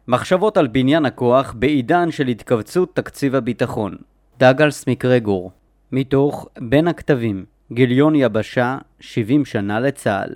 מחשבות על בניין הכוח בעידן של התכווצות תקציב הביטחון. דאגלס מקרגור. מתוך בין הכתבים, גיליון יבשה, 70 שנה לצה"ל.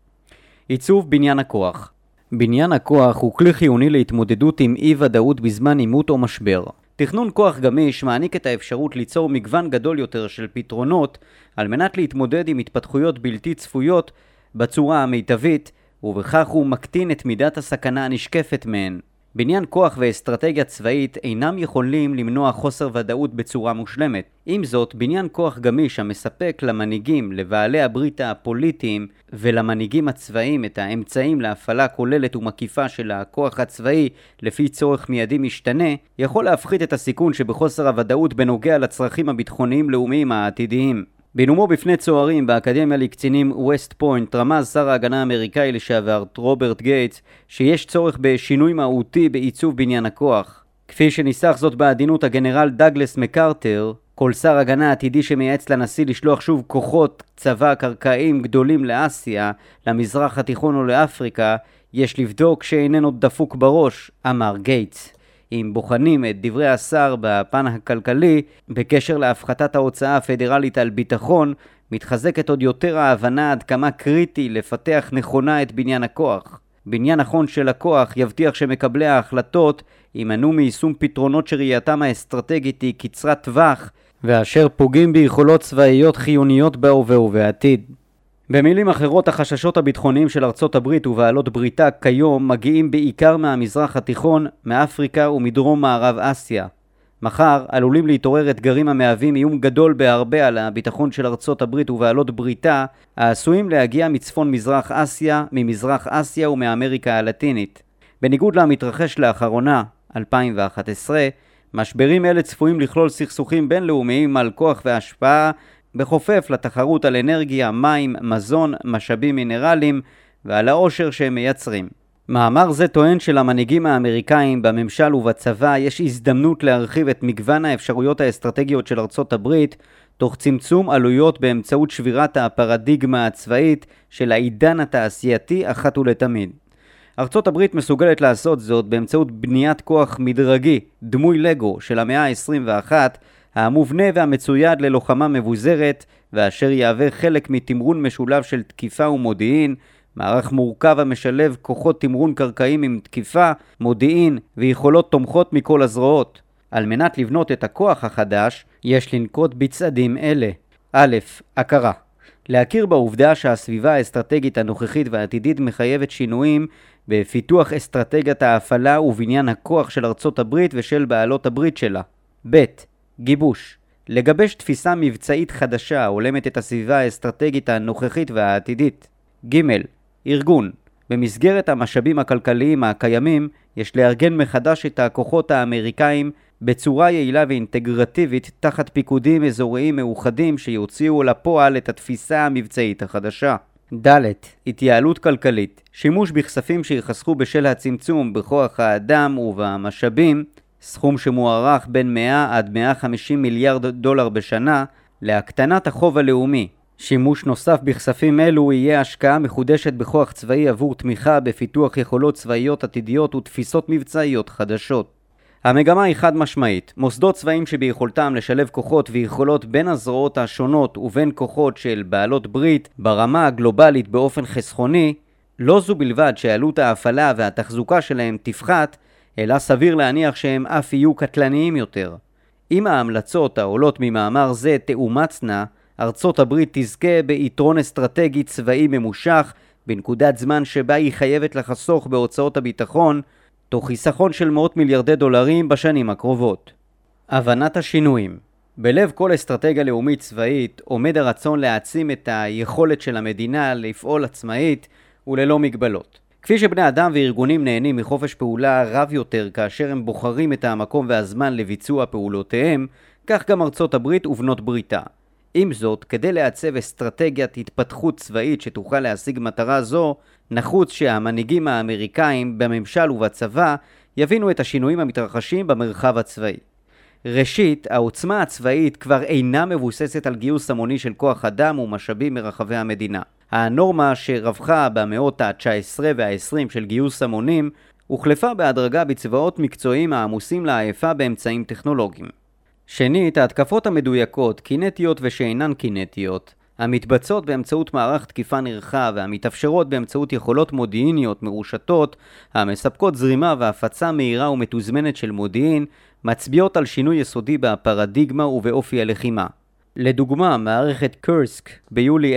עיצוב בניין הכוח. בניין הכוח הוא כלי חיוני להתמודדות עם אי-ודאות בזמן עימות או משבר. תכנון כוח גמיש מעניק את האפשרות ליצור מגוון גדול יותר של פתרונות על מנת להתמודד עם התפתחויות בלתי צפויות בצורה המיטבית, ובכך הוא מקטין את מידת הסכנה הנשקפת מהן. בניין כוח ואסטרטגיה צבאית אינם יכולים למנוע חוסר ודאות בצורה מושלמת. עם זאת, בניין כוח גמיש המספק למנהיגים, לבעלי הברית הפוליטיים ולמנהיגים הצבאיים את האמצעים להפעלה כוללת ומקיפה של הכוח הצבאי לפי צורך מיידי משתנה, יכול להפחית את הסיכון שבחוסר הוודאות בנוגע לצרכים הביטחוניים לאומיים העתידיים. בנאומו בפני צוערים באקדמיה לקצינים ווסט פוינט רמז שר ההגנה האמריקאי לשעבר רוברט גייטס שיש צורך בשינוי מהותי בעיצוב בניין הכוח. כפי שניסח זאת בעדינות הגנרל דאגלס מקארתר, כל שר הגנה עתידי שמייעץ לנשיא לשלוח שוב כוחות צבא קרקעיים גדולים לאסיה, למזרח התיכון או לאפריקה, יש לבדוק שאיננו דפוק בראש, אמר גייטס. אם בוחנים את דברי השר בפן הכלכלי, בקשר להפחתת ההוצאה הפדרלית על ביטחון, מתחזקת עוד יותר ההבנה עד כמה קריטי לפתח נכונה את בניין הכוח. בניין נכון של הכוח יבטיח שמקבלי ההחלטות יימנעו מיישום פתרונות שראייתם האסטרטגית היא קצרת טווח, ואשר פוגעים ביכולות צבאיות חיוניות בהווה ובעתיד. במילים אחרות, החששות הביטחוניים של ארצות הברית ובעלות בריתה כיום מגיעים בעיקר מהמזרח התיכון, מאפריקה ומדרום מערב אסיה. מחר עלולים להתעורר אתגרים המהווים איום גדול בהרבה על הביטחון של ארצות הברית ובעלות בריתה, העשויים להגיע מצפון מזרח אסיה, ממזרח אסיה ומאמריקה הלטינית. בניגוד למתרחש לאחרונה, 2011, משברים אלה צפויים לכלול סכסוכים בינלאומיים על כוח והשפעה, בחופף לתחרות על אנרגיה, מים, מזון, משאבים מינרליים ועל העושר שהם מייצרים. מאמר זה טוען שלמנהיגים האמריקאים בממשל ובצבא יש הזדמנות להרחיב את מגוון האפשרויות האסטרטגיות של ארצות הברית, תוך צמצום עלויות באמצעות שבירת הפרדיגמה הצבאית של העידן התעשייתי אחת ולתמיד. ארצות הברית מסוגלת לעשות זאת באמצעות בניית כוח מדרגי, דמוי לגו של המאה ה-21, המובנה והמצויד ללוחמה מבוזרת, ואשר יהווה חלק מתמרון משולב של תקיפה ומודיעין, מערך מורכב המשלב כוחות תמרון קרקעיים עם תקיפה, מודיעין ויכולות תומכות מכל הזרועות. על מנת לבנות את הכוח החדש, יש לנקוט בצעדים אלה. א', הכרה. להכיר בעובדה שהסביבה האסטרטגית הנוכחית והעתידית מחייבת שינויים בפיתוח אסטרטגיית ההפעלה ובניין הכוח של ארצות הברית ושל בעלות הברית שלה. ב', גיבוש. לגבש תפיסה מבצעית חדשה העולמת את הסביבה האסטרטגית הנוכחית והעתידית. ג', ארגון. במסגרת המשאבים הכלכליים הקיימים, יש לארגן מחדש את הכוחות האמריקאים בצורה יעילה ואינטגרטיבית תחת פיקודים אזוריים מאוחדים שיוציאו לפועל את התפיסה המבצעית החדשה. ד', התייעלות כלכלית. שימוש בכספים שיחסכו בשל הצמצום בכוח האדם ובמשאבים, סכום שמוערך בין 100 עד 150 מיליארד דולר בשנה, להקטנת החוב הלאומי. שימוש נוסף בכספים אלו יהיה השקעה מחודשת בכוח צבאי עבור תמיכה בפיתוח יכולות צבאיות עתידיות ותפיסות מבצעיות חדשות. המגמה היא חד משמעית. מוסדות צבאיים שביכולתם לשלב כוחות ויכולות בין הזרועות השונות ובין כוחות של בעלות ברית ברמה הגלובלית באופן חסכוני, לא זו בלבד שעלות ההפעלה והתחזוקה שלהם תפחת, אלא סביר להניח שהם אף יהיו קטלניים יותר. אם ההמלצות העולות ממאמר זה תאומצנה, ארצות הברית תזכה ביתרון אסטרטגי צבאי ממושך בנקודת זמן שבה היא חייבת לחסוך בהוצאות הביטחון, תוך חיסכון של מאות מיליארדי דולרים בשנים הקרובות. הבנת השינויים. בלב כל אסטרטגיה לאומית צבאית עומד הרצון להעצים את היכולת של המדינה לפעול עצמאית וללא מגבלות. כפי שבני אדם וארגונים נהנים מחופש פעולה רב יותר כאשר הם בוחרים את המקום והזמן לביצוע פעולותיהם, כך גם ארצות הברית ובנות בריתה. עם זאת, כדי לעצב אסטרטגיית התפתחות צבאית שתוכל להשיג מטרה זו, נחוץ שהמנהיגים האמריקאים בממשל ובצבא יבינו את השינויים המתרחשים במרחב הצבאי. ראשית, העוצמה הצבאית כבר אינה מבוססת על גיוס המוני של כוח אדם ומשאבים מרחבי המדינה. הנורמה שרווחה במאות ה-19 וה-20 של גיוס המונים הוחלפה בהדרגה בצבאות מקצועיים העמוסים לעייפה באמצעים טכנולוגיים. שנית, ההתקפות המדויקות, קינטיות ושאינן קינטיות, המתבצעות באמצעות מערך תקיפה נרחב והמתאפשרות באמצעות יכולות מודיעיניות מרושתות, המספקות זרימה והפצה מהירה ומתוזמנת של מודיעין, מצביעות על שינוי יסודי בפרדיגמה ובאופי הלחימה. לדוגמה, מערכת קורסק ביולי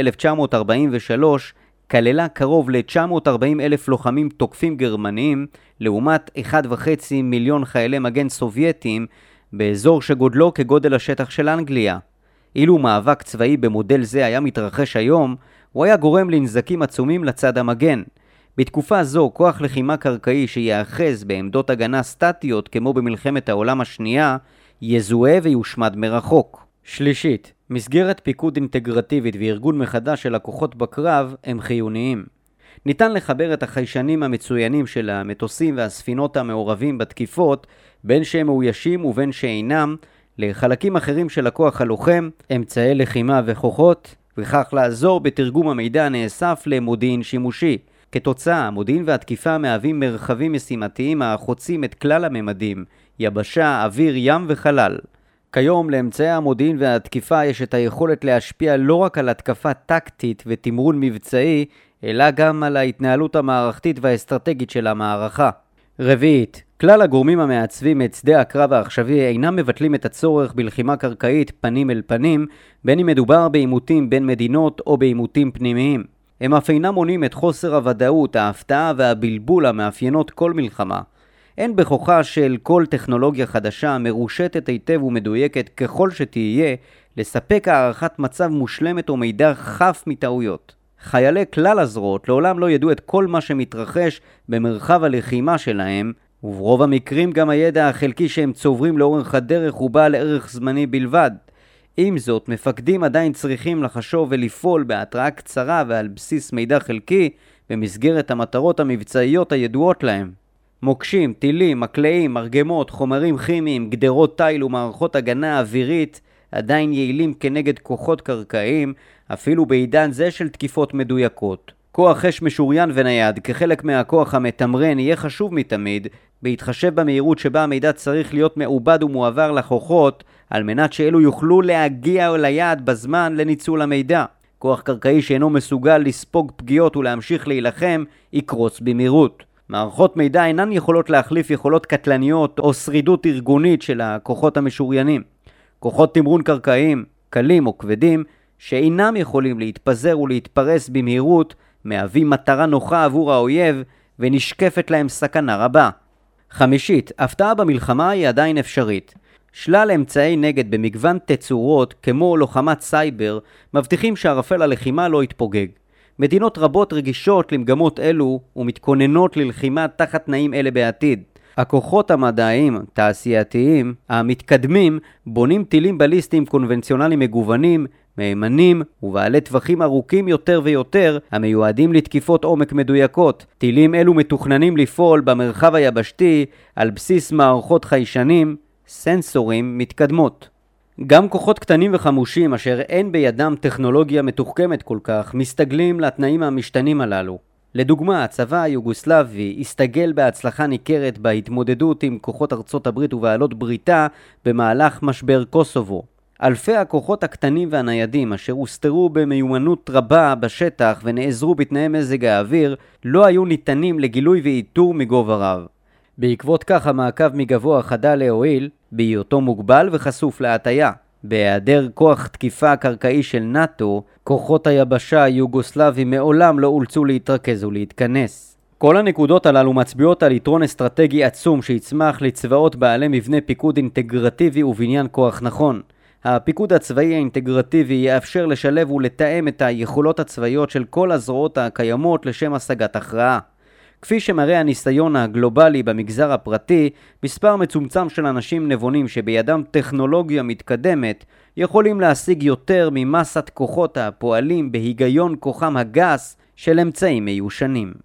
1943 כללה קרוב ל-940,000 לוחמים תוקפים גרמניים, לעומת 1.5 מיליון חיילי מגן סובייטים באזור שגודלו כגודל השטח של אנגליה. אילו מאבק צבאי במודל זה היה מתרחש היום, הוא היה גורם לנזקים עצומים לצד המגן. בתקופה זו, כוח לחימה קרקעי שיאחז בעמדות הגנה סטטיות כמו במלחמת העולם השנייה, יזוהה ויושמד מרחוק. שלישית, מסגרת פיקוד אינטגרטיבית וארגון מחדש של הכוחות בקרב הם חיוניים. ניתן לחבר את החיישנים המצוינים של המטוסים והספינות המעורבים בתקיפות, בין שהם מאוישים ובין שאינם, לחלקים אחרים של הכוח הלוחם, אמצעי לחימה וכוחות, וכך לעזור בתרגום המידע הנאסף למודיעין שימושי. כתוצאה, המודיעין והתקיפה מהווים מרחבים משימתיים החוצים את כלל הממדים, יבשה, אוויר, ים וחלל. כיום לאמצעי המודיעין והתקיפה יש את היכולת להשפיע לא רק על התקפה טקטית ותמרון מבצעי, אלא גם על ההתנהלות המערכתית והאסטרטגית של המערכה. רביעית, כלל הגורמים המעצבים את שדה הקרב העכשווי אינם מבטלים את הצורך בלחימה קרקעית פנים אל פנים, בין אם מדובר בעימותים בין מדינות או בעימותים פנימיים. הם אף אינם מונעים את חוסר הוודאות, ההפתעה והבלבול המאפיינות כל מלחמה. אין בכוחה של כל טכנולוגיה חדשה מרושתת היטב ומדויקת ככל שתהיה, לספק הערכת מצב מושלמת או מידע חף מטעויות. חיילי כלל הזרועות לעולם לא ידעו את כל מה שמתרחש במרחב הלחימה שלהם, וברוב המקרים גם הידע החלקי שהם צוברים לאורך הדרך הוא בעל ערך זמני בלבד. עם זאת, מפקדים עדיין צריכים לחשוב ולפעול בהתראה קצרה ועל בסיס מידע חלקי במסגרת המטרות המבצעיות הידועות להם. מוקשים, טילים, מקלעים, מרגמות, חומרים כימיים, גדרות תיל ומערכות הגנה אווירית עדיין יעילים כנגד כוחות קרקעיים, אפילו בעידן זה של תקיפות מדויקות. כוח אש משוריין ונייד כחלק מהכוח המתמרן יהיה חשוב מתמיד, בהתחשב במהירות שבה המידע צריך להיות מעובד ומועבר לכוחות, על מנת שאלו יוכלו להגיע ליעד בזמן לניצול המידע. כוח קרקעי שאינו מסוגל לספוג פגיעות ולהמשיך להילחם, יקרוס במהירות. מערכות מידע אינן יכולות להחליף יכולות קטלניות או שרידות ארגונית של הכוחות המשוריינים. כוחות תמרון קרקעיים, קלים או כבדים, שאינם יכולים להתפזר ולהתפרס במהירות, מהווים מטרה נוחה עבור האויב ונשקפת להם סכנה רבה. חמישית, הפתעה במלחמה היא עדיין אפשרית. שלל אמצעי נגד במגוון תצורות, כמו לוחמת סייבר, מבטיחים שערפל הלחימה לא יתפוגג. מדינות רבות רגישות למגמות אלו ומתכוננות ללחימה תחת תנאים אלה בעתיד. הכוחות המדעיים, תעשייתיים, המתקדמים, בונים טילים בליסטיים קונבנציונליים מגוונים, מהימנים ובעלי טווחים ארוכים יותר ויותר, המיועדים לתקיפות עומק מדויקות. טילים אלו מתוכננים לפעול במרחב היבשתי על בסיס מערכות חיישנים, סנסורים מתקדמות. גם כוחות קטנים וחמושים אשר אין בידם טכנולוגיה מתוחכמת כל כך, מסתגלים לתנאים המשתנים הללו. לדוגמה, הצבא היוגוסלבי הסתגל בהצלחה ניכרת בהתמודדות עם כוחות ארצות הברית ובעלות בריתה במהלך משבר קוסובו. אלפי הכוחות הקטנים והניידים אשר הוסתרו במיומנות רבה בשטח ונעזרו בתנאי מזג האוויר לא היו ניתנים לגילוי ואיתור מגובה רב. בעקבות כך המעקב מגבוה חדל להועיל, בהיותו מוגבל וחשוף להטיה. בהיעדר כוח תקיפה קרקעי של נאטו, כוחות היבשה היוגוסלבי מעולם לא אולצו להתרכז ולהתכנס. כל הנקודות הללו מצביעות על יתרון אסטרטגי עצום שיצמח לצבאות בעלי מבנה פיקוד אינטגרטיבי ובניין כוח נכון. הפיקוד הצבאי האינטגרטיבי יאפשר לשלב ולתאם את היכולות הצבאיות של כל הזרועות הקיימות לשם השגת הכרעה. כפי שמראה הניסיון הגלובלי במגזר הפרטי, מספר מצומצם של אנשים נבונים שבידם טכנולוגיה מתקדמת יכולים להשיג יותר ממסת כוחות הפועלים בהיגיון כוחם הגס של אמצעים מיושנים.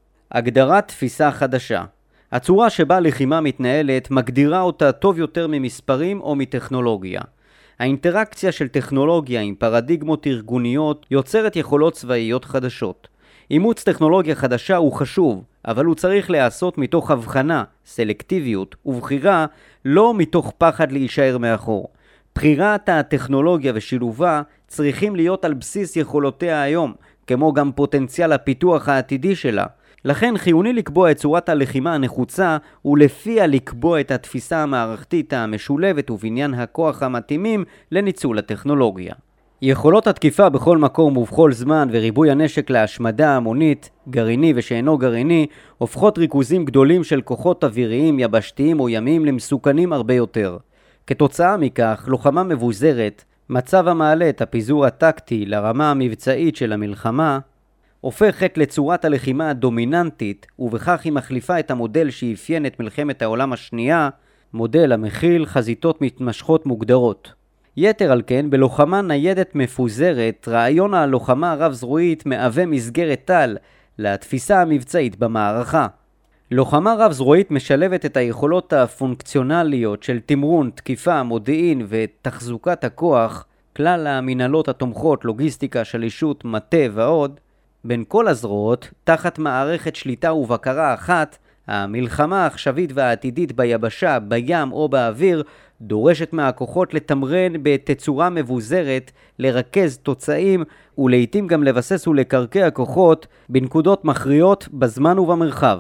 הגדרת תפיסה חדשה. הצורה שבה לחימה מתנהלת מגדירה אותה טוב יותר ממספרים או מטכנולוגיה. האינטראקציה של טכנולוגיה עם פרדיגמות ארגוניות יוצרת יכולות צבאיות חדשות. אימוץ טכנולוגיה חדשה הוא חשוב, אבל הוא צריך להיעשות מתוך הבחנה, סלקטיביות ובחירה, לא מתוך פחד להישאר מאחור. בחירת הטכנולוגיה ושילובה צריכים להיות על בסיס יכולותיה היום, כמו גם פוטנציאל הפיתוח העתידי שלה. לכן חיוני לקבוע את צורת הלחימה הנחוצה, ולפיה לקבוע את התפיסה המערכתית המשולבת ובניין הכוח המתאימים לניצול הטכנולוגיה. יכולות התקיפה בכל מקום ובכל זמן וריבוי הנשק להשמדה המונית, גרעיני ושאינו גרעיני, הופכות ריכוזים גדולים של כוחות אוויריים, יבשתיים או ימיים למסוכנים הרבה יותר. כתוצאה מכך, לוחמה מבוזרת, מצב המעלה את הפיזור הטקטי לרמה המבצעית של המלחמה, הופכת לצורת הלחימה הדומיננטית, ובכך היא מחליפה את המודל שאפיין את מלחמת העולם השנייה, מודל המכיל חזיתות מתמשכות מוגדרות. יתר על כן, בלוחמה ניידת מפוזרת, רעיון הלוחמה הרב-זרועית מהווה מסגרת טל לתפיסה המבצעית במערכה. לוחמה רב-זרועית משלבת את היכולות הפונקציונליות של תמרון, תקיפה, מודיעין ותחזוקת הכוח, כלל המנהלות התומכות, לוגיסטיקה, שלישות, מטה ועוד, בין כל הזרועות, תחת מערכת שליטה ובקרה אחת, המלחמה העכשווית והעתידית ביבשה, בים או באוויר, דורשת מהכוחות לתמרן בתצורה מבוזרת, לרכז תוצאים ולעיתים גם לבסס ולקרקע הכוחות בנקודות מכריעות בזמן ובמרחב.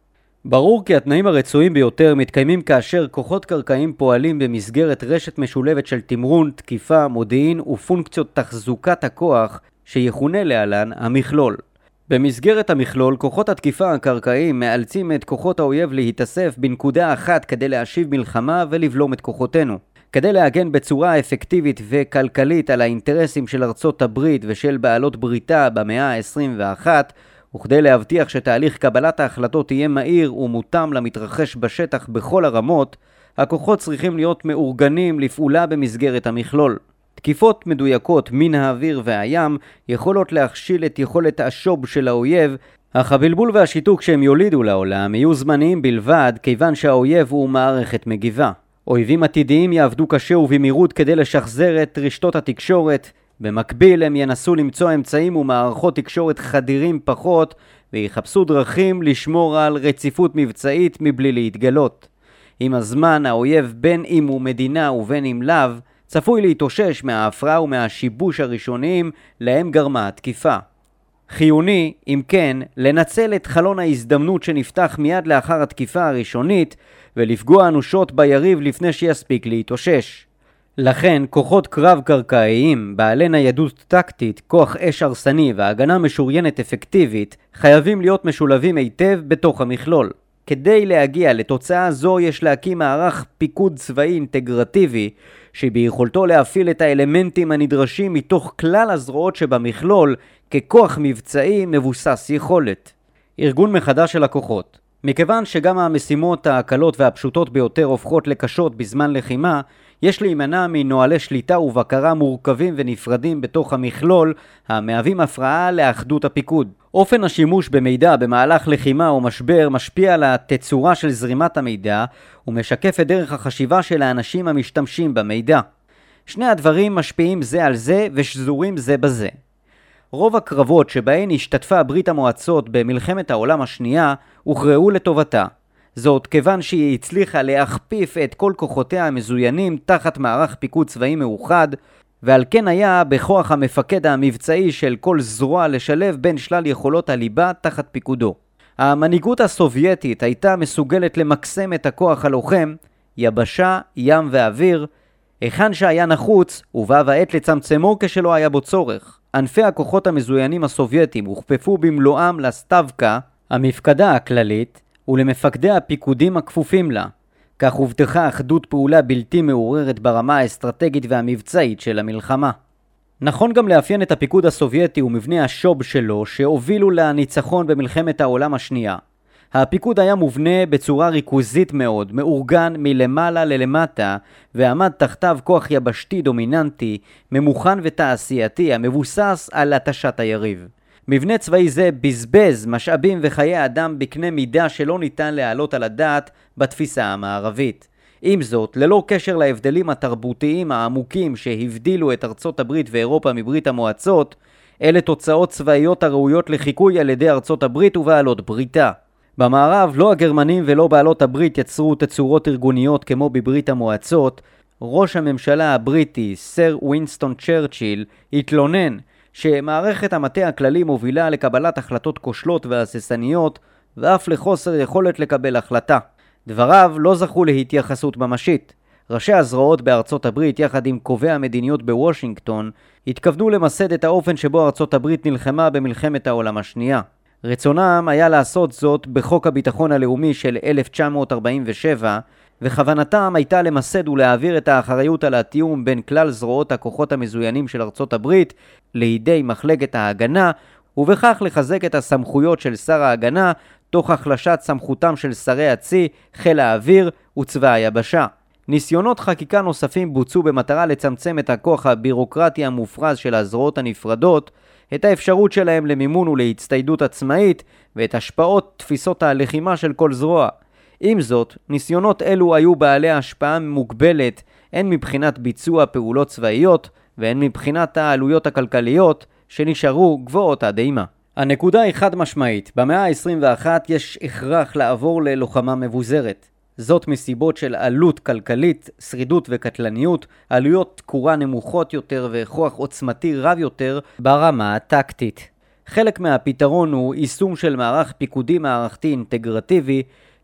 ברור כי התנאים הרצויים ביותר מתקיימים כאשר כוחות קרקעיים פועלים במסגרת רשת משולבת של תמרון, תקיפה, מודיעין ופונקציות תחזוקת הכוח שיכונה להלן המכלול. במסגרת המכלול, כוחות התקיפה הקרקעיים מאלצים את כוחות האויב להתאסף בנקודה אחת כדי להשיב מלחמה ולבלום את כוחותינו. כדי להגן בצורה אפקטיבית וכלכלית על האינטרסים של ארצות הברית ושל בעלות בריתה במאה ה-21, וכדי להבטיח שתהליך קבלת ההחלטות יהיה מהיר ומותאם למתרחש בשטח בכל הרמות, הכוחות צריכים להיות מאורגנים לפעולה במסגרת המכלול. תקיפות מדויקות מן האוויר והים יכולות להכשיל את יכולת השוב של האויב, אך הבלבול והשיתוק שהם יולידו לעולם יהיו זמניים בלבד, כיוון שהאויב הוא מערכת מגיבה. אויבים עתידיים יעבדו קשה ובמהירות כדי לשחזר את רשתות התקשורת. במקביל הם ינסו למצוא אמצעים ומערכות תקשורת חדירים פחות, ויחפשו דרכים לשמור על רציפות מבצעית מבלי להתגלות. עם הזמן האויב, בין אם הוא מדינה ובין אם לאו, צפוי להתאושש מההפרעה ומהשיבוש הראשוניים להם גרמה התקיפה. חיוני, אם כן, לנצל את חלון ההזדמנות שנפתח מיד לאחר התקיפה הראשונית ולפגוע אנושות ביריב לפני שיספיק להתאושש. לכן, כוחות קרב קרקעיים, בעלי ניידות טקטית, כוח אש הרסני והגנה משוריינת אפקטיבית, חייבים להיות משולבים היטב בתוך המכלול. כדי להגיע לתוצאה זו יש להקים מערך פיקוד צבאי אינטגרטיבי, שביכולתו להפעיל את האלמנטים הנדרשים מתוך כלל הזרועות שבמכלול, ככוח מבצעי מבוסס יכולת. ארגון מחדש של הכוחות. מכיוון שגם המשימות הקלות והפשוטות ביותר הופכות לקשות בזמן לחימה, יש להימנע מנוהלי שליטה ובקרה מורכבים ונפרדים בתוך המכלול, המהווים הפרעה לאחדות הפיקוד. אופן השימוש במידע במהלך לחימה או משבר משפיע על התצורה של זרימת המידע, ומשקף את דרך החשיבה של האנשים המשתמשים במידע. שני הדברים משפיעים זה על זה ושזורים זה בזה. רוב הקרבות שבהן השתתפה ברית המועצות במלחמת העולם השנייה הוכרעו לטובתה. זאת כיוון שהיא הצליחה להכפיף את כל כוחותיה המזוינים תחת מערך פיקוד צבאי מאוחד, ועל כן היה בכוח המפקד המבצעי של כל זרוע לשלב בין שלל יכולות הליבה תחת פיקודו. המנהיגות הסובייטית הייתה מסוגלת למקסם את הכוח הלוחם, יבשה, ים ואוויר, היכן שהיה נחוץ ובה העת לצמצמו כשלא היה בו צורך. ענפי הכוחות המזוינים הסובייטים הוכפפו במלואם לסטבקה, המפקדה הכללית, ולמפקדי הפיקודים הכפופים לה. כך הובטחה אחדות פעולה בלתי מעוררת ברמה האסטרטגית והמבצעית של המלחמה. נכון גם לאפיין את הפיקוד הסובייטי ומבנה השוב שלו שהובילו לניצחון במלחמת העולם השנייה. הפיקוד היה מובנה בצורה ריכוזית מאוד, מאורגן מלמעלה ללמטה, ועמד תחתיו כוח יבשתי דומיננטי, ממוכן ותעשייתי, המבוסס על התשת היריב. מבנה צבאי זה בזבז משאבים וחיי אדם בקנה מידה שלא ניתן להעלות על הדעת בתפיסה המערבית. עם זאת, ללא קשר להבדלים התרבותיים העמוקים שהבדילו את ארצות הברית ואירופה מברית המועצות, אלה תוצאות צבאיות הראויות לחיקוי על ידי ארצות הברית ובעלות בריתה. במערב לא הגרמנים ולא בעלות הברית יצרו תצורות ארגוניות כמו בברית המועצות. ראש הממשלה הבריטי, סר ווינסטון צ'רצ'יל, התלונן שמערכת המטה הכללי מובילה לקבלת החלטות כושלות והססניות, ואף לחוסר יכולת לקבל החלטה. דבריו לא זכו להתייחסות ממשית. ראשי הזרועות בארצות הברית יחד עם קובעי המדיניות בוושינגטון התכוונו למסד את האופן שבו ארצות הברית נלחמה במלחמת העולם השנייה. רצונם היה לעשות זאת בחוק הביטחון הלאומי של 1947, וכוונתם הייתה למסד ולהעביר את האחריות על התיאום בין כלל זרועות הכוחות המזוינים של ארצות הברית לידי מחלקת ההגנה, ובכך לחזק את הסמכויות של שר ההגנה תוך החלשת סמכותם של שרי הצי, חיל האוויר וצבא היבשה. ניסיונות חקיקה נוספים בוצעו במטרה לצמצם את הכוח הבירוקרטי המופרז של הזרועות הנפרדות, את האפשרות שלהם למימון ולהצטיידות עצמאית, ואת השפעות תפיסות הלחימה של כל זרוע. עם זאת, ניסיונות אלו היו בעלי השפעה מוגבלת, הן מבחינת ביצוע פעולות צבאיות, והן מבחינת העלויות הכלכליות, שנשארו גבוהות עד אימה. הנקודה היא חד משמעית, במאה ה-21 יש הכרח לעבור ללוחמה מבוזרת. זאת מסיבות של עלות כלכלית, שרידות וקטלניות, עלויות תקורה נמוכות יותר וכוח עוצמתי רב יותר ברמה הטקטית. חלק מהפתרון הוא יישום של מערך פיקודי מערכתי אינטגרטיבי,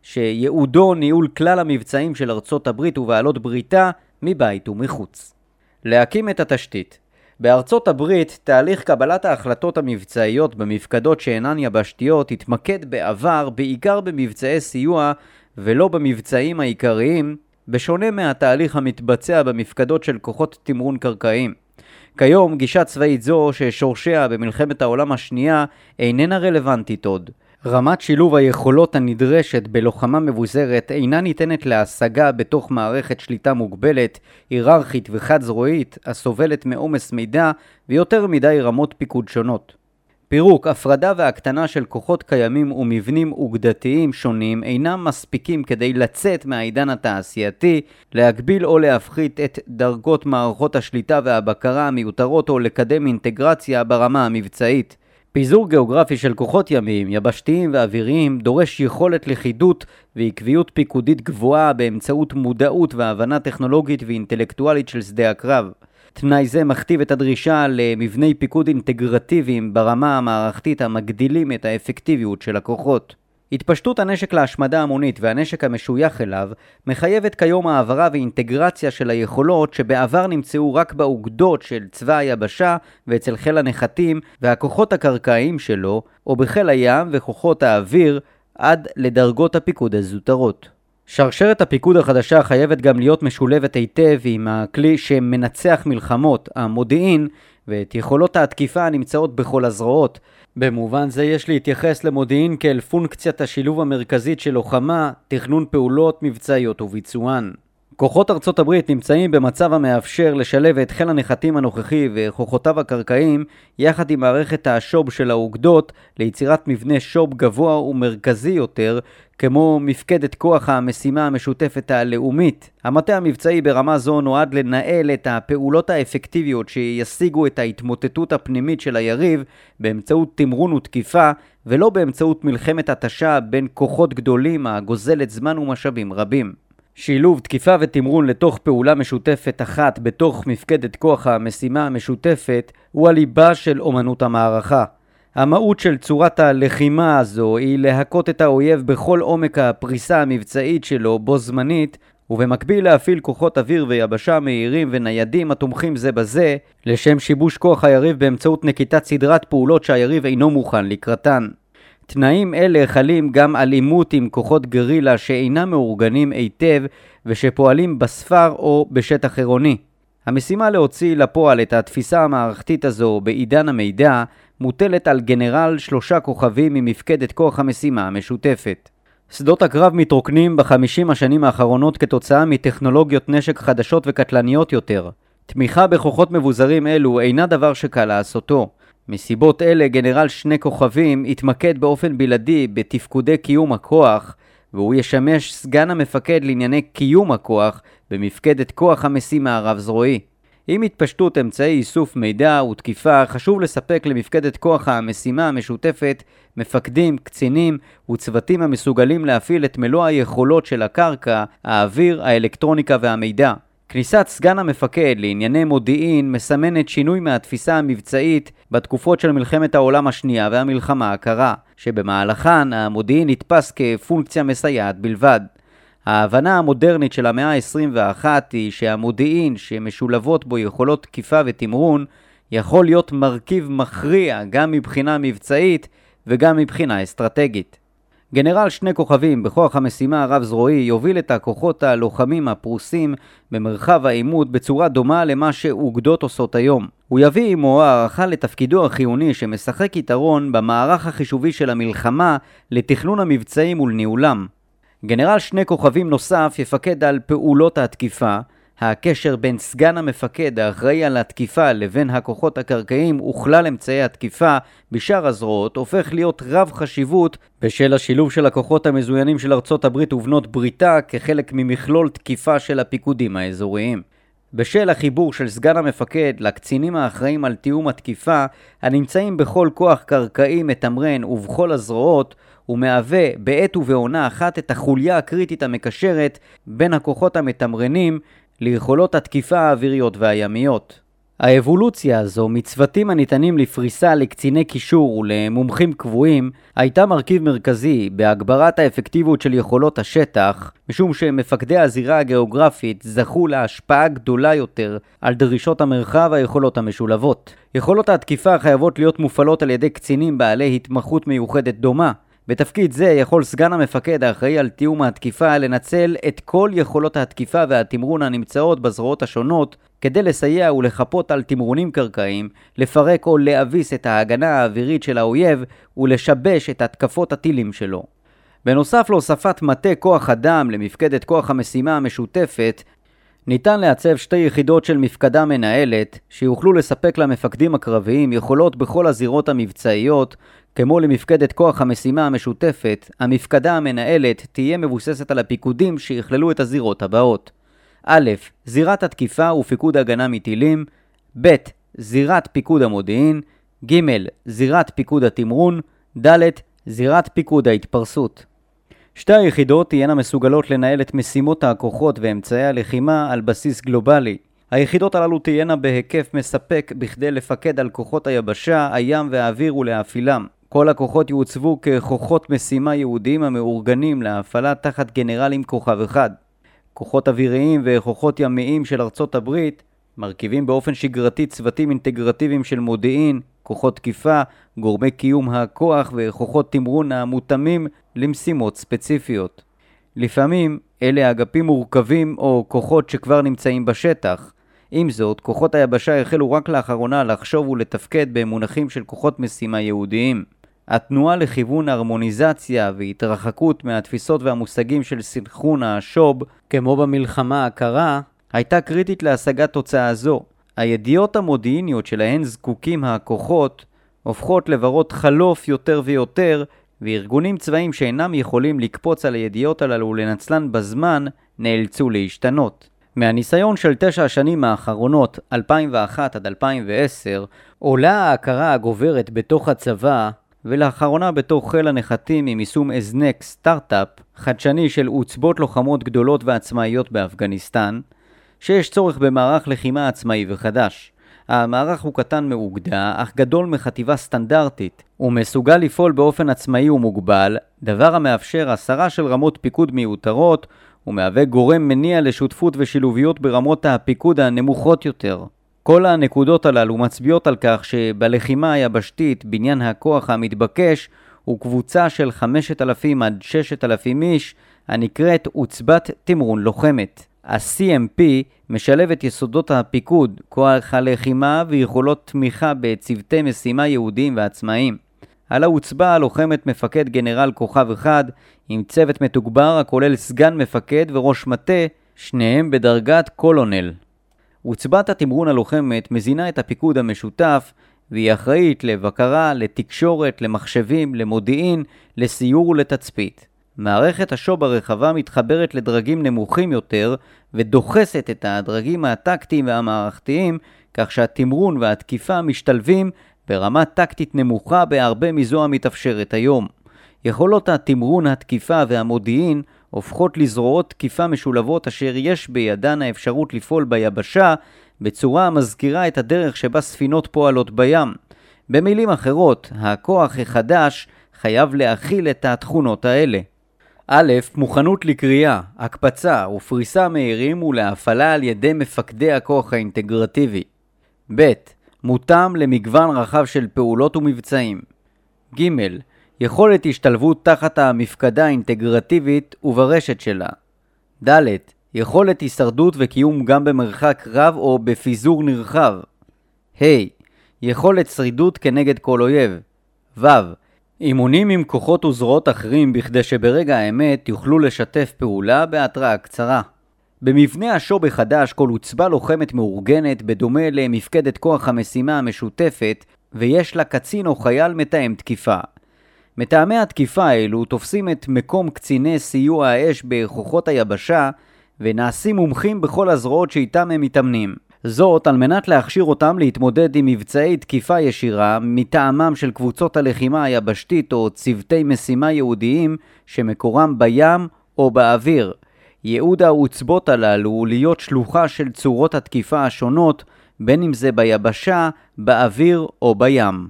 שייעודו ניהול כלל המבצעים של ארצות הברית ובעלות בריתה מבית ומחוץ. להקים את התשתית. בארצות הברית, תהליך קבלת ההחלטות המבצעיות במפקדות שאינן יבשתיות התמקד בעבר בעיקר במבצעי סיוע ולא במבצעים העיקריים, בשונה מהתהליך המתבצע במפקדות של כוחות תמרון קרקעיים. כיום גישה צבאית זו ששורשיה במלחמת העולם השנייה איננה רלוונטית עוד. רמת שילוב היכולות הנדרשת בלוחמה מבוזרת אינה ניתנת להשגה בתוך מערכת שליטה מוגבלת, היררכית וחד זרועית, הסובלת מעומס מידע ויותר מדי רמות פיקוד שונות. פירוק, הפרדה והקטנה של כוחות קיימים ומבנים אוגדתיים שונים אינם מספיקים כדי לצאת מהעידן התעשייתי, להגביל או להפחית את דרגות מערכות השליטה והבקרה המיותרות או לקדם אינטגרציה ברמה המבצעית. פיזור גיאוגרפי של כוחות ימיים, יבשתיים ואוויריים דורש יכולת לכידות ועקביות פיקודית גבוהה באמצעות מודעות והבנה טכנולוגית ואינטלקטואלית של שדה הקרב. תנאי זה מכתיב את הדרישה למבני פיקוד אינטגרטיביים ברמה המערכתית המגדילים את האפקטיביות של הכוחות. התפשטות הנשק להשמדה המונית והנשק המשוייך אליו מחייבת כיום העברה ואינטגרציה של היכולות שבעבר נמצאו רק באוגדות של צבא היבשה ואצל חיל הנחתים והכוחות הקרקעיים שלו, או בחיל הים וכוחות האוויר עד לדרגות הפיקוד הזוטרות. שרשרת הפיקוד החדשה חייבת גם להיות משולבת היטב עם הכלי שמנצח מלחמות, המודיעין, ואת יכולות ההתקיפה הנמצאות בכל הזרועות. במובן זה יש להתייחס למודיעין כאל פונקציית השילוב המרכזית של לוחמה, תכנון פעולות מבצעיות וביצוען. כוחות ארצות הברית נמצאים במצב המאפשר לשלב את חיל הנחתים הנוכחי וכוחותיו הקרקעיים יחד עם מערכת השוב של האוגדות ליצירת מבנה שוב גבוה ומרכזי יותר, כמו מפקדת כוח המשימה המשותפת הלאומית. המטה המבצעי ברמה זו נועד לנהל את הפעולות האפקטיביות שישיגו את ההתמוטטות הפנימית של היריב באמצעות תמרון ותקיפה, ולא באמצעות מלחמת התשה בין כוחות גדולים הגוזלת זמן ומשאבים רבים. שילוב תקיפה ותמרון לתוך פעולה משותפת אחת בתוך מפקדת כוח המשימה המשותפת הוא הליבה של אומנות המערכה. המהות של צורת הלחימה הזו היא להכות את האויב בכל עומק הפריסה המבצעית שלו בו זמנית, ובמקביל להפעיל כוחות אוויר ויבשה מהירים וניידים התומכים זה בזה, לשם שיבוש כוח היריב באמצעות נקיטת סדרת פעולות שהיריב אינו מוכן לקראתן. תנאים אלה חלים גם על עימות עם כוחות גרילה שאינם מאורגנים היטב ושפועלים בספר או בשטח עירוני. המשימה להוציא לפועל את התפיסה המערכתית הזו בעידן המידע מוטלת על גנרל 3 כוכבים ממפקדת כוח המשימה המשותפת. שדות הקרב מתרוקנים ב50 השנים האחרונות כתוצאה מטכנולוגיות נשק חדשות וקטלניות יותר. תמיכה בכוחות מבוזרים אלו אינה דבר שקל לעשותו. מסיבות אלה גנרל 2 כוכבים התמקד באופן בלעדי בתפקודי קיום הכוח, והוא ישמש סגן המפקד לענייני קיום הכוח במפקדת כוח המשימה הרב זרועי. עם התפשטות אמצעי איסוף מידע ותקיפה, חשוב לספק למפקדת כוח המשימה המשותפת מפקדים, קצינים וצוותים המסוגלים להפעיל את מלוא היכולות של הקרקע, האוויר, האלקטרוניקה והמידע. כניסת סגן המפקד לענייני מודיעין מסמנת שינוי מהתפיסה המבצעית בתקופות של מלחמת העולם השנייה והמלחמה הקרה, שבמהלכן המודיעין נתפס כפונקציה מסייעת בלבד. ההבנה המודרנית של המאה ה-21 היא שהמודיעין שמשולבות בו יכולות תקיפה ותמרון יכול להיות מרכיב מכריע גם מבחינה מבצעית וגם מבחינה אסטרטגית. גנרל 2 כוכבים בכוח המשימה הרב-זרועי יוביל את הכוחות הלוחמים הפרוסים במרחב העימות בצורה דומה למה שאוגדות עושות היום. הוא יביא עמו הערכה לתפקידו החיוני שמשחק יתרון במערך החישובי של המלחמה לתכנון המבצעים ולניהולם. גנרל 2 כוכבים נוסף יפקד על פעולות התקיפה. הקשר בין סגן המפקד האחראי על התקיפה לבין הכוחות הקרקעיים וכלל אמצעי התקיפה בשאר הזרועות הופך להיות רב חשיבות בשל השילוב של הכוחות המזוינים של ארצות הברית ובנות בריתה כחלק ממכלול תקיפה של הפיקודים האזוריים. בשל החיבור של סגן המפקד לקצינים האחראים על תיאום התקיפה הנמצאים בכל כוח קרקעי מתמרן ובכל הזרועות, הוא מהווה בעת ובעונה אחת את החוליה הקריטית המקשרת בין הכוחות המתמרנים ליכולות התקיפה האוויריות והימיות. האבולוציה הזו מצוותים הניתנים לפריסה לקציני קישור ולמומחים קבועים הייתה מרכיב מרכזי בהגברת האפקטיביות של יכולות השטח, משום שמפקדי הזירה הגיאוגרפית זכו להשפעה גדולה יותר על דרישות המרחב והיכולות המשולבות. יכולות התקיפה חייבות להיות מופעלות על ידי קצינים בעלי התמחות מיוחדת דומה. בתפקיד זה יכול סגן המפקד האחראי על תיאום התקיפה לנצל את כל יכולות התקיפה והתמרון הנמצאות בזרועות השונות כדי לסייע ולחפות על תמרונים קרקעיים, לפרק או להביס את ההגנה האווירית של האויב ולשבש את התקפות הטילים שלו. בנוסף להוספת מטה כוח אדם למפקדת כוח המשימה המשותפת, ניתן לעצב 2 יחידות של מפקדה מנהלת שיוכלו לספק למפקדים הקרביים יכולות בכל הזירות המבצעיות. כמו למפקדת כוח המשימה המשותפת, המפקדה המנהלת תהיה מבוססת על הפיקודים שיכללו את הזירות הבאות: א', זירת התקיפה ופיקוד הגנה מטילים, ב', זירת פיקוד המודיעין, ג', זירת פיקוד התמרון, ד', זירת פיקוד ההתפרסות. 2 היחידות תהיינה מסוגלות לנהל את משימות הכוחות ואמצעי הלחימה על בסיס גלובלי. היחידות הללו תהיינה בהיקף מספק בכדי לפקד על כוחות היבשה, הים והאוויר ולהפעילם. כל הכוחות יוצבו ככוחות משימה יהודיים המאורגנים להפעלה תחת גנרלים כוכב אחד. כוחות אוויריים וכוחות ימיים של ארצות הברית מרכיבים באופן שגרתי צוותים אינטגרטיביים של מודיעין, כוחות תקיפה, גורמי קיום הכוח וכוחות תמרון המותאמים למשימות ספציפיות. לפעמים אלה אגפים מורכבים או כוחות שכבר נמצאים בשטח. עם זאת, כוחות היבשה החלו רק לאחרונה לחשוב ולתפקד במונחים של כוחות משימה יהודיים. התנועה לכיוון הרמוניזציה והתרחקות מהתפיסות והמושגים של סנכרון השוב, כמו במלחמה הקרה, הייתה קריטית להשגת תוצאה זו. הידיעות המודיעיניות שלהן זקוקים הכוחות הופכות לברות חלוף יותר ויותר, וארגונים צבאיים שאינם יכולים לקפוץ על הידיעות הללו ולנצלן בזמן נאלצו להשתנות. מהניסיון של 9 השנים האחרונות, 2001 עד 2010, עולה ההכרה הגוברת בתוך הצבא, ולאחרונה בתוך חיל הנחתים עם יישום הזנק סטארט-אפ חדשני של עוצבות לוחמות גדולות ועצמאיות באפגניסטן, שיש צורך במערך לחימה עצמאי וחדש. המערך הוא קטן מאוגדה, אך גדול מחטיבה סטנדרטית. הוא מסוגל לפעול באופן עצמאי ומוגבל, דבר המאפשר 10 של רמות פיקוד מיותרות, ומהווה גורם מניע לשותפות ושילוביות ברמות הפיקוד הנמוכות יותר. כל הנקודות הללו מצביעות על כך שבלחימה היבשתית בניין הכוח המתבקש הוא קבוצה של 5,000 עד 6,000 איש הנקראת עוצבת תמרון לוחמת. ה-CMP משלב את יסודות הפיקוד, כוח הלחימה ויכולות תמיכה בצוותי משימה יהודיים ועצמאיים. על העוצבה הלוחמת מפקד גנרל כוכב אחד עם צוות מתוגבר הכולל סגן מפקד וראש מטה, שניהם בדרגת קולונל. עוצבת התמרון הלוחמת מזינה את הפיקוד המשותף והיא אחראית לבקרה, לתקשורת, למחשבים, למודיעין, לסיור ולתצפית. מערכת השוב הרחבה מתחברת לדרגים נמוכים יותר ודוחסת את הדרגים הטקטיים והמערכתיים, כך שהתמרון והתקיפה משתלבים ברמה טקטית נמוכה בהרבה מזו המתאפשרת היום. יכולות התמרון, התקיפה והמודיעין הופכות לזרועות תקיפה משולבות אשר יש בידן האפשרות לפעול ביבשה בצורה המזכירה את הדרך שבה ספינות פועלות בים. במילים אחרות, הכוח החדש חייב להכיל את התכונות האלה. א', מוכנות לקריאה, הקפצה ופריסה מהירים ולהפעלה על ידי מפקדי הכוח האינטגרטיבי. ב', מותאם למגוון רחב של פעולות ומבצעים. ג', יכולת השתלבות תחת המפקדה האינטגרטיבית וברשת שלה. ד', יכולת הישרדות וקיום גם במרחק רב או בפיזור נרחב. ה', יכולת שרידות כנגד כל אויב. ו', אימונים עם כוחות וזרועות אחרים בכדי שברגע האמת יוכלו לשתף פעולה בהתראה קצרה. במבנה השוב החדש כל עוצבה לוחמת מאורגנת בדומה למפקדת כוח המשימה המשותפת, ויש לה קצין או חייל מתאם תקיפה. מתאמי התקיפה האלו תופסים את מקום קציני סיוע האש בכוחות היבשה ונעשים מומחים בכל הזרועות שאיתם הם מתאמנים. זאת על מנת להכשיר אותם להתמודד עם מבצעי תקיפה ישירה מטעמם של קבוצות הלחימה היבשתית או צוותי משימה יהודיים שמקורם בים או באוויר. ייעוד העוצבות הללו הוא להיות שלוחה של צורות התקיפה השונות, בין אם זה ביבשה, באוויר או בים.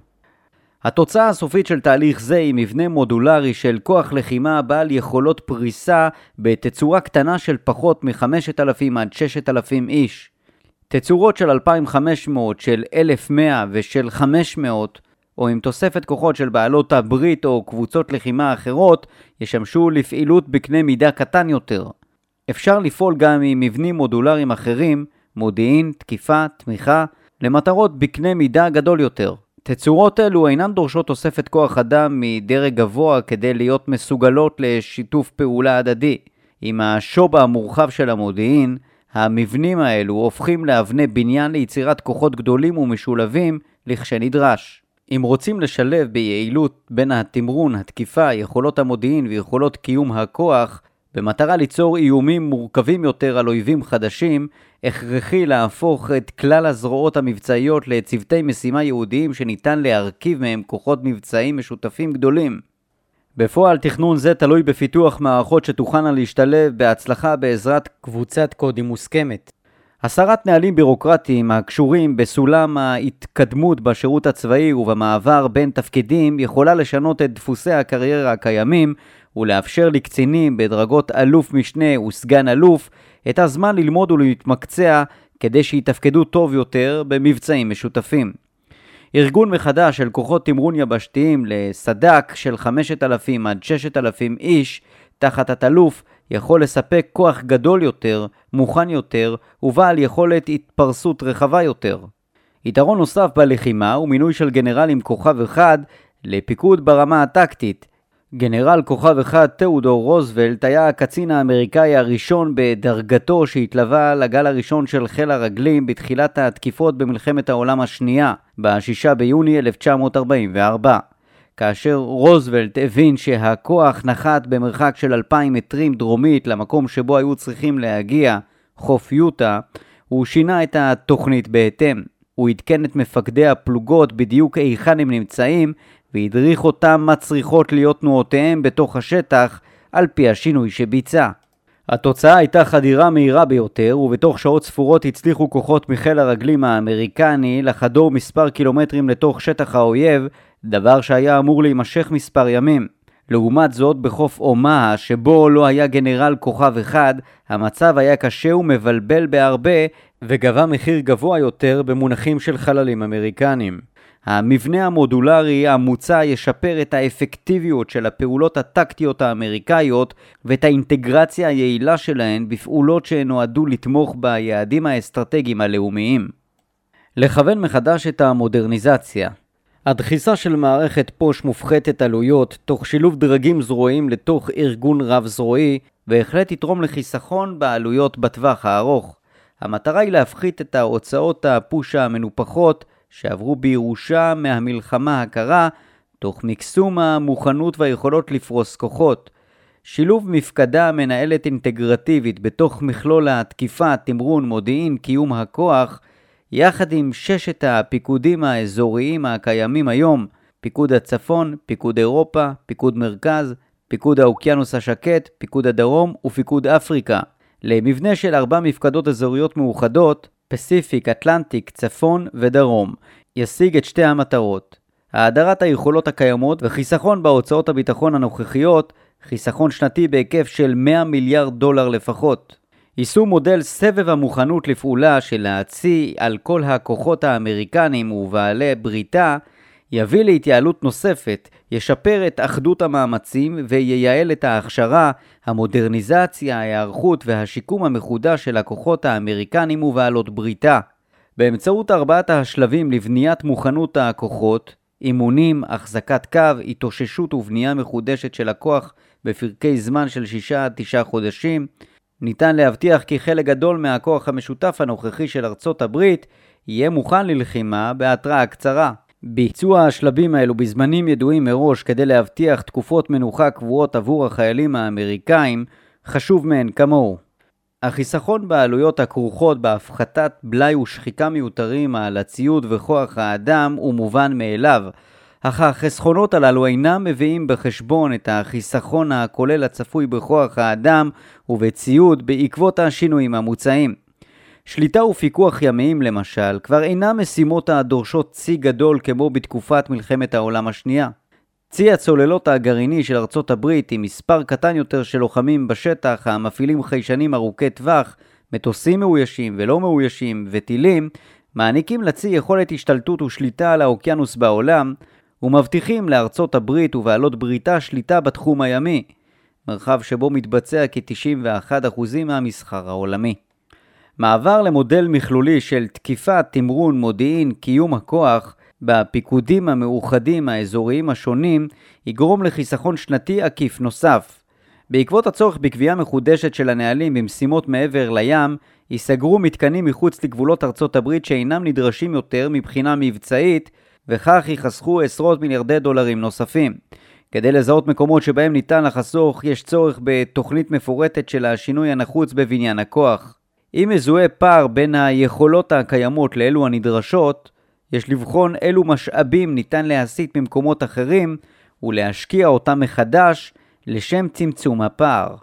התוצאה הסופית של תהליך זה היא מבנה מודולרי של כוח לחימה בעל יכולות פריסה בתצורה קטנה של פחות מ-5,000 עד 6,000 איש. תצורות של 2,500, של 1,100 ושל 500, או עם תוספת כוחות של בעלות הברית או קבוצות לחימה אחרות, ישמשו לפעילות בקנה מידה קטן יותר. אפשר לפעול גם עם מבנים מודולריים אחרים, מודיעין, תקיפה, תמיכה, למטרות בקנה מידה גדול יותר. תצורות אלו אינן דורשות תוספת כוח אדם מדרג גבוה כדי להיות מסוגלות לשיתוף פעולה הדדי. עם השוב המורחב של המודיעין, המבנים האלו הופכים לאבני בניין ליצירת כוחות גדולים ומשולבים לכשנדרש. אם רוצים לשלב ביעילות בין התמרון, התקיפה, יכולות המודיעין ויכולות קיום הכוח, במטרה ליצור איומים מורכבים יותר על אויבים חדשים, הכרחי להפוך את כלל הזרועות המבצעיות לצוותי משימה יהודיים שניתן להרכיב מהם כוחות מבצעיים משותפים גדולים. בפועל תכנון זה תלוי בפיתוח מערכות שתוכלנה להשתלב בהצלחה בעזרת קבוצת קודים מוסכמת. הסרת נהלים בירוקרטיים הקשורים בסולם ההתקדמות בשירות הצבאי ובמעבר בין תפקידים יכולה לשנות את דפוסי הקריירה הקיימים ולאפשר לקצינים בדרגות אלוף משנה וסגן אלוף את הזמן ללמוד ולהתמקצע כדי שיתפקדו טוב יותר במבצעים משותפים. ארגון מחדש של כוחות תמרון יבשתיים לסדק של 5,000 עד 6,000 איש תחת התלוף יכול לספק כוח גדול יותר, מוכן יותר ובעל יכולת התפרסות רחבה יותר. יתרון נוסף בלחימה הוא מינוי של גנרל עם כוכב אחד לפיקוד ברמה הטקטית. גנרל כוכב אחד תאודור רוזוולט היה הקצין האמריקאי הראשון בדרגתו שהתלווה לגל הראשון של חיל הרגלים בתחילת התקיפות במלחמת העולם השנייה, ב-6 ביוני 1944. כאשר רוזוולט הבין שהכוח נחת במרחק של 2,000 מטרים דרומית למקום שבו היו צריכים להגיע, חוף יוטה, הוא שינה את התוכנית בהתאם. הוא עדכן את מפקדי הפלוגות בדיוק היכן הם נמצאים, והדריך אותם מה צריכות להיות תנועותיהם בתוך השטח על פי השינוי שביצע. התוצאה הייתה חדירה מהירה ביותר, ובתוך שעות ספורות הצליחו כוחות מחיל הרגלים האמריקני לחדור מספר קילומטרים לתוך שטח האויב, דבר שהיה אמור להימשך מספר ימים. לעומת זאת, בחוף אומאה, שבו לא היה גנרל כוכב אחד, המצב היה קשה ומבלבל בהרבה, וגבה מחיר גבוה יותר במונחים של חללים אמריקנים. המבנה המודולרי המוצע ישפר את האפקטיביות של הפעולות הטקטיות האמריקאיות ואת האינטגרציה היעילה שלהן בפעולות שנועדו לתמוך ביעדים האסטרטגיים הלאומיים. לכוון מחדש את המודרניזציה. הדחיסה של מערכת פוש מופחתת עלויות תוך שילוב דרגים זרועיים לתוך ארגון רב זרועי בהחלט יתרום לחיסכון בעלויות בטווח הארוך. המטרה היא להפחית את ההוצאות הפוש המנופחות שעברו בירושה מהמלחמה הקרה, תוך מקסום המוכנות והיכולות לפרוס כוחות. שילוב מפקדה מנהלת אינטגרטיבית בתוך מכלול התקיפה, תמרון, מודיעין, קיום הכוח, יחד עם 6 הפיקודים האזוריים הקיימים היום, פיקוד הצפון, פיקוד אירופה, פיקוד מרכז, פיקוד האוקיינוס השקט, פיקוד הדרום ופיקוד אפריקה, למבנה של 4 מפקדות אזוריות מאוחדות, פסיפיק, אטלנטיק, צפון ודרום, ישיג את 2 המטרות: האדרת היכולות הקיימות וחיסכון בהוצאות הביטחון הנוכחיות, חיסכון שנתי בהיקף של $100 מיליארד לפחות. יישום מודל סבב המוכנות לפעולה של להציא על כל הכוחות האמריקנים ובעלי בריתה, יביא להתייעלות נוספת, ישפר את אחדות המאמצים וייעל את ההכשרה, המודרניזציה, ההיערכות והשיקום המחודש של הכוחות האמריקנים ובעלות בריתה. באמצעות 4 השלבים לבניית מוכנות הכוחות, אימונים, החזקת קו, התאוששות ובנייה מחודשת של הכוח בפרקי זמן של 6-9 חודשים, ניתן להבטיח כי חלק גדול מהכוח המשותף הנוכחי של ארצות הברית יהיה מוכן ללחימה בהתראה קצרה. ביצוע השלבים האלו בזמנים ידועים מראש כדי להבטיח תקופות מנוחה קבועות עבור החיילים האמריקאים חשוב מהן כמוהו. החיסכון בעלויות הכרוכות בהפחתת בלאי ושחיקה מיותרים על הציוד וכוח האדם הוא מובן מאליו, אך החסכונות הללו אינם מביאים בחשבון את החיסכון הכולל הצפוי בכוח האדם ובציוד בעקבות השינויים המוצעים. שליטה ופיקוח ימיים למשל כבר אינם משימות הדורשות צי גדול כמו בתקופת מלחמת העולם השנייה. צי הצוללות הגרעיני של ארצות הברית עם מספר קטן יותר של לוחמים בשטח המפעילים חיישנים ארוכי טווח, מטוסים מאוישים ולא מאוישים וטילים, מעניקים לצי יכולת השתלטות ושליטה על האוקיינוס בעולם, ומבטיחים לארצות הברית ובעלות בריתה שליטה בתחום הימי, מרחב שבו מתבצע כ-91% מהמסחר העולמי. מעבר למודל מכלולי של תקיפה, תמרון, מודיעין, קיום הכוח, בפיקודים המאוחדים האזוריים השונים, יגרום לחיסכון שנתי עקיף נוסף. בעקבות הצורך בקביעה מחודשת של הנהלים במשימות מעבר לים, ייסגרו מתקנים מחוץ לגבולות ארצות הברית שאינם נדרשים יותר מבחינה מבצעית, וכך ייחסכו עשרות מיליארדי דולרים נוספים. כדי לזהות מקומות שבהם ניתן לחסוך, יש צורך בתוכנית מפורטת של השינוי הנחוץ בבניין הכוח. אם מזוהה פער בין היכולות הקיימות לאלו הנדרשות, יש לבחון אילו משאבים ניתן להסיט ממקומות אחרים ולהשקיע אותם מחדש לשם צמצום הפער.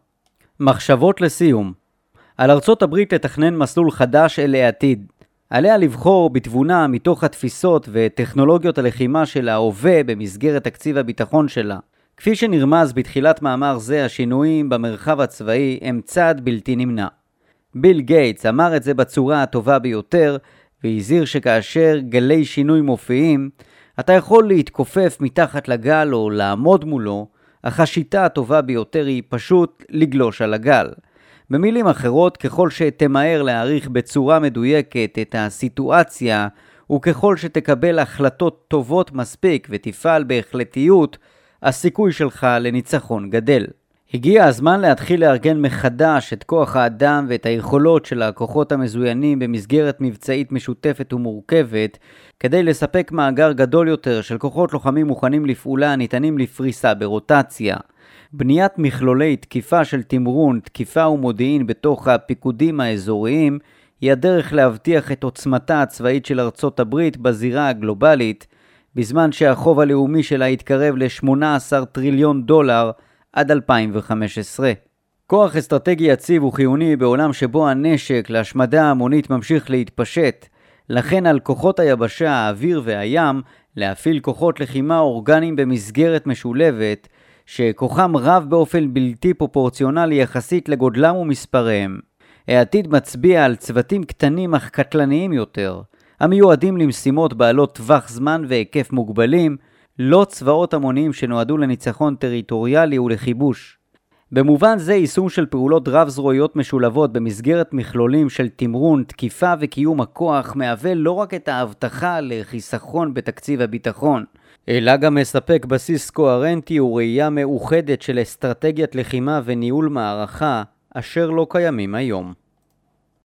מחשבות לסיום. על ארצות הברית לתכנן מסלול חדש אל העתיד. עליה לבחור בתבונה מתוך התפיסות וטכנולוגיות הלחימה של ההווה במסגרת תקציב הביטחון שלה. כפי שנרמז בתחילת מאמר זה, השינויים במרחב הצבאי הם צעד בלתי נמנע. ביל גייטס אמר את זה בצורה הטובה ביותר, והזהיר שכאשר גלי שינוי מופיעים, אתה יכול להתכופף מתחת לגל או לעמוד מולו, אך השיטה הטובה ביותר היא פשוט לגלוש על הגל. במילים אחרות, ככל שתמהר להעריך בצורה מדויקת את הסיטואציה, וככל שתקבל החלטות טובות מספיק ותפעל בהחלטיות, הסיכוי שלך לניצחון גדל. הגיע הזמן להתחיל לארגן מחדש את כוח האדם ואת היכולות של הכוחות המזוינים במסגרת מבצעית משותפת ומורכבת, כדי לספק מאגר גדול יותר של כוחות לוחמים מוכנים לפעולה הניתנים לפריסה ברוטציה. בניית מכלולי תקיפה של תמרון, תקיפה ומודיעין בתוך הפיקודים האזוריים היא הדרך להבטיח את עוצמתה הצבאית של ארצות הברית בזירה הגלובלית, בזמן שהחוב הלאומי שלה יתקרב ל$18 טריליון עד 2015. כוח אסטרטגי יציב וחיוני בעולם שבו הנשק להשמדה המונית ממשיך להתפשט, לכן על כוחות היבשה, האוויר והים להפעיל כוחות לחימה אורגניים במסגרת משולבת, שכוחם רב באופן בלתי פרופורציונלי יחסית לגודלם ומספריהם. העתיד מצביע על צוותים קטנים אך קטלניים יותר, המיועדים למשימות בעלות טווח זמן והיקף מוגבלים, לא צבאות המוניים שנועדו לניצחון טריטוריאלי ולכיבוש. במובן זה יישום של פעולות רב זרועיות משולבות במסגרת מכלולים של תמרון, תקיפה וקיום הכוח מהווה לא רק את ההבטחה לחיסכון בתקציב הביטחון, אלא גם מספק בסיס קוהרנטי וראייה מאוחדת של אסטרטגיית לחימה וניהול מערכה אשר לא קיימים היום.